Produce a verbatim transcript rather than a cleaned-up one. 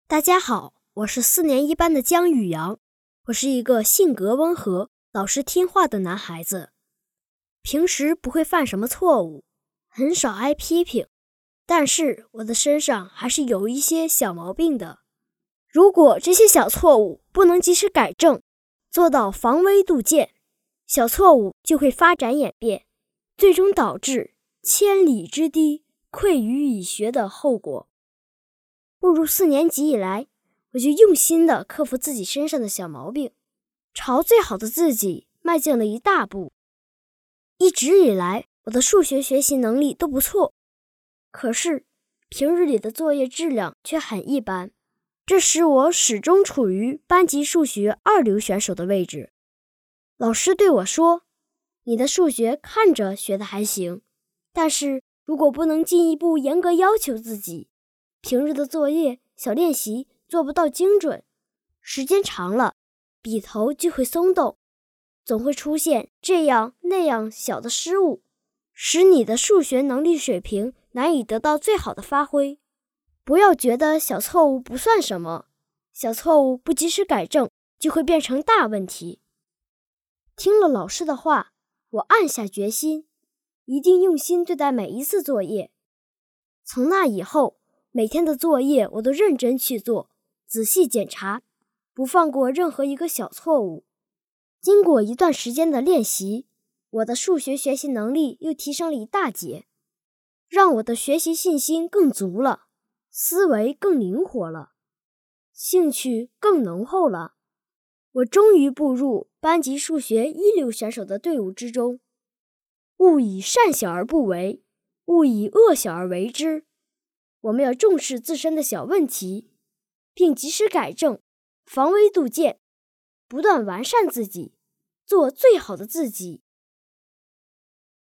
大家好，我是四年一班的江宇阳，我是一个性格温和、老实听话的男孩子。平时不会犯什么错误，很少挨批评，但是我的身上还是有一些小毛病的。如果这些小错误不能及时改正，做到防微杜渐，小错误就会发展演变，最终导致千里之堤溃于蚁穴的后果。步入四年级以来，我就用心地克服自己身上的小毛病，朝最好的自己迈进了一大步。一直以来，我的数学学习能力都不错，可是平日里的作业质量却很一般，这使我始终处于班级数学二流选手的位置。老师对我说，你的数学看着学得还行，但是如果不能进一步严格要求自己，平日的作业、小练习做不到精准，时间长了，笔头就会松动，总会出现这样那样小的失误，使你的数学能力水平难以得到最好的发挥。不要觉得小错误不算什么，小错误不及时改正，就会变成大问题。听了老师的话，我暗下决心，一定用心对待每一次作业。从那以后，每天的作业我都认真去做，仔细检查，不放过任何一个小错误。经过一段时间的练习，我的数学学习能力又提升了一大截，让我的学习信心更足了，思维更灵活了，兴趣更浓厚了。我终于步入班级数学一流选手的队伍之中。勿以善小而不为，勿以恶小而为之。我们要重视自身的小问题，并及时改正，防微杜渐，不断完善自己，做最好的自己。